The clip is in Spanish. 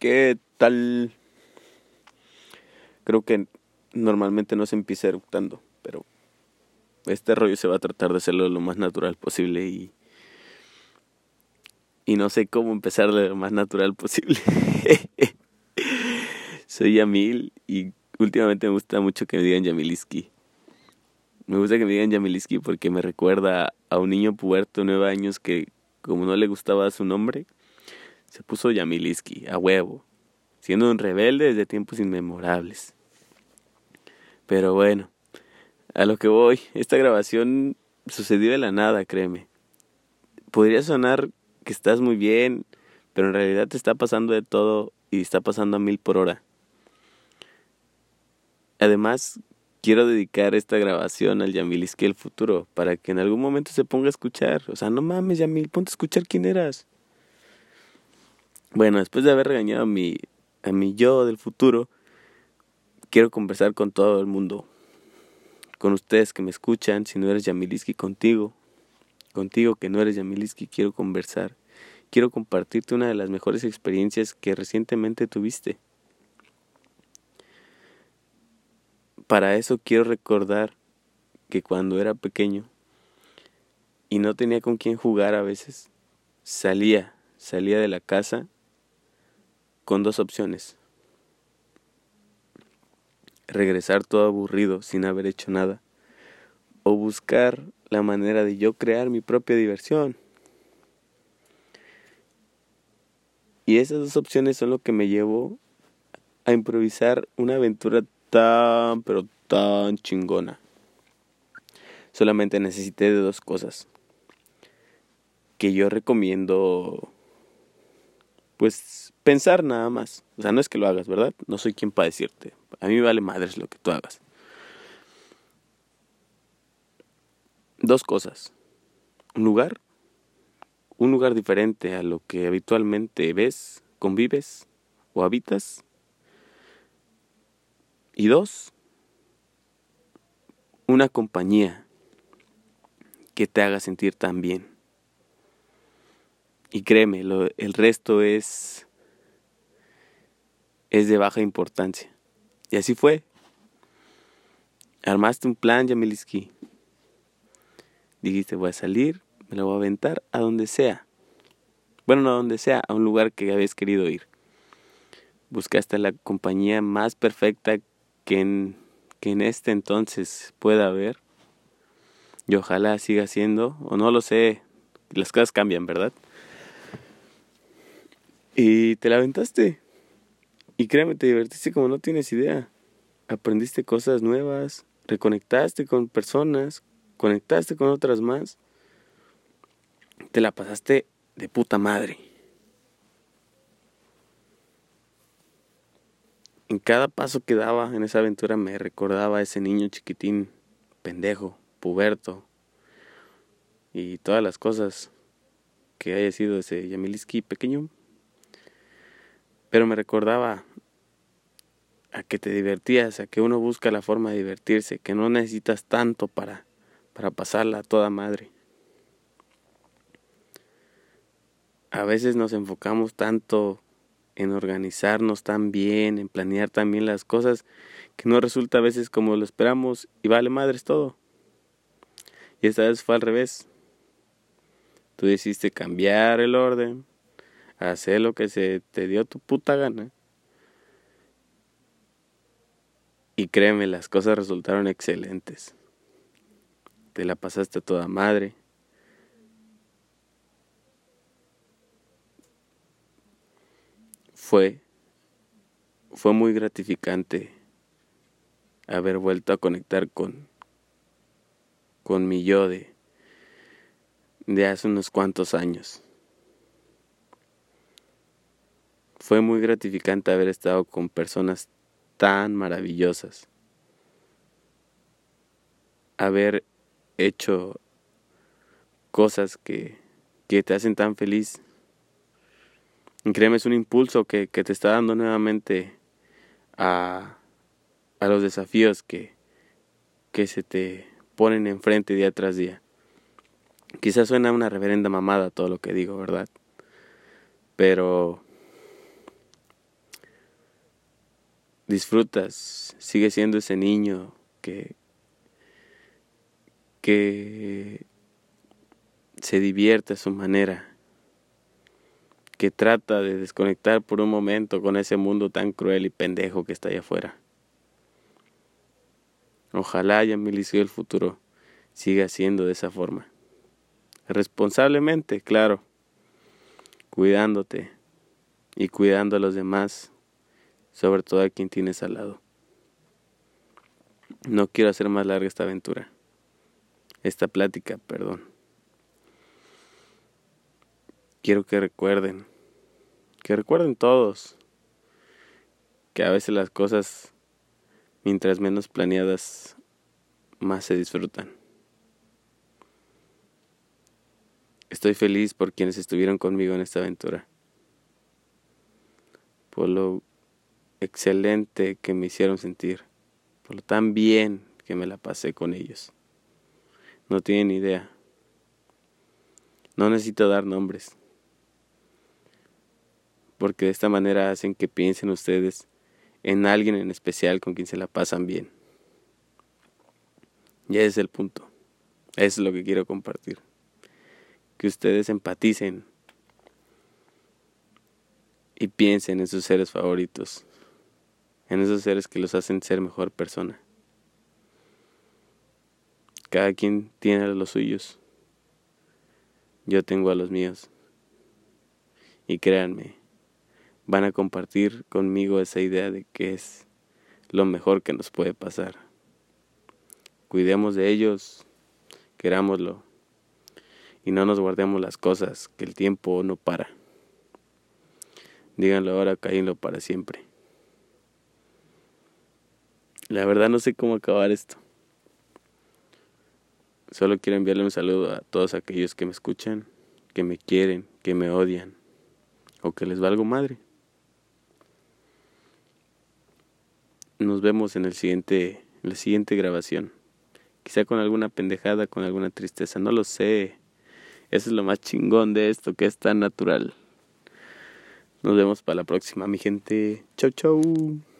¿Qué tal? Creo que normalmente no se empieza eructando, pero este rollo se va a tratar de hacerlo lo más natural posible y no sé cómo empezar de lo más natural posible. Soy Yamil y últimamente me gusta mucho que me digan Yamiliski. Me gusta que me digan Yamiliski porque me recuerda a un niño puberto de 9 años que, como no le gustaba su nombre, se puso Yamiliski, a huevo, siendo un rebelde desde tiempos inmemorables. Pero bueno, a lo que voy, esta grabación sucedió de la nada, créeme. Podría sonar que estás muy bien, pero en realidad te está pasando de todo y está pasando a 1000 por hora. Además, quiero dedicar esta grabación al Yamiliski del futuro, para que en algún momento se ponga a escuchar. O sea, no mames, Yamil, ponte a escuchar quién eras. Bueno, después de haber regañado a mi yo del futuro, quiero conversar con todo el mundo. Con ustedes que me escuchan, si no eres Yamiliski, contigo que no eres Yamiliski, quiero conversar. Quiero compartirte una de las mejores experiencias que recientemente tuviste. Para eso quiero recordar que cuando era pequeño y no tenía con quién jugar a veces, salía de la casa con dos opciones: regresar todo aburrido sin haber hecho nada, o buscar la manera de yo crear mi propia diversión. Y esas dos opciones son lo que me llevó a improvisar una aventura tan, pero tan chingona. Solamente necesité de dos cosas que yo recomiendo, pues, pensar nada más. O sea, no es que lo hagas, ¿verdad? No soy quien para decirte. A mí me vale madres lo que tú hagas. Dos cosas: un lugar diferente a lo que habitualmente ves, convives o habitas. Y dos, una compañía que te haga sentir tan bien. Y créeme, el resto es de baja importancia. Y así fue. Armaste un plan, Yamiliski. Dijiste, voy a salir, me lo voy a aventar a donde sea. Bueno, no a donde sea, a un lugar que habías querido ir. Buscaste la compañía más perfecta que en este entonces pueda haber. Y ojalá siga siendo, o no lo sé, las cosas cambian, ¿verdad? Y te la aventaste. Y créeme, te divertiste como no tienes idea. Aprendiste cosas nuevas, reconectaste con personas, conectaste con otras más. Te la pasaste de puta madre. En cada paso que daba en esa aventura me recordaba a ese niño chiquitín, pendejo, puberto, y todas las cosas que haya sido ese Yamiliski pequeño. Pero me recordaba a que te divertías, a que uno busca la forma de divertirse, que no necesitas tanto para pasarla a toda madre. A veces nos enfocamos tanto en organizarnos tan bien, en planear tan bien las cosas, que no resulta a veces como lo esperamos y vale madres todo. Y esta vez fue al revés. Tú decidiste cambiar el orden, hacer lo que se te dio tu puta gana. Y créeme, las cosas resultaron excelentes. Te la pasaste a toda madre. Fue muy gratificante haber vuelto a conectar con mi yo de hace unos cuantos años. Fue muy gratificante haber estado con personas tan maravillosas. Haber hecho cosas que te hacen tan feliz. Y créeme, es un impulso que te está dando nuevamente a los desafíos que se te ponen enfrente día tras día. Quizás suena una reverenda mamada todo lo que digo, ¿verdad? Pero disfrutas, sigues siendo ese niño que se divierte a su manera, que trata de desconectar por un momento con ese mundo tan cruel y pendejo que está allá afuera. Ojalá Yamilisky del futuro siga siendo de esa forma. Responsablemente, claro, cuidándote y cuidando a los demás, sobre todo a quien tienes al lado. No quiero hacer más larga esta plática, perdón. Quiero que recuerden todos, que a veces las cosas, mientras menos planeadas, más se disfrutan. Estoy feliz por quienes estuvieron conmigo en esta aventura, por lo excelente que me hicieron sentir, por lo tan bien que me la pasé con ellos. No tienen idea. No necesito dar nombres, porque de esta manera hacen que piensen ustedes en alguien en especial con quien se la pasan bien. Y ese es el punto. Eso es lo que quiero compartir. Que ustedes empaticen y piensen en sus seres favoritos, en esos seres que los hacen ser mejor persona. Cada quien tiene a los suyos. Yo tengo a los míos. Y créanme, van a compartir conmigo esa idea de que es lo mejor que nos puede pasar. Cuidemos de ellos, querámoslo, y no nos guardemos las cosas, que el tiempo no para. Díganlo ahora, cállenlo para siempre. La verdad no sé cómo acabar esto. Solo quiero enviarle un saludo a todos aquellos que me escuchan, que me quieren, que me odian, o que les valgo madre. Nos vemos en la siguiente grabación. Quizá con alguna pendejada, con alguna tristeza, no lo sé. Eso es lo más chingón de esto, que es tan natural. Nos vemos para la próxima, mi gente. Chau, chau.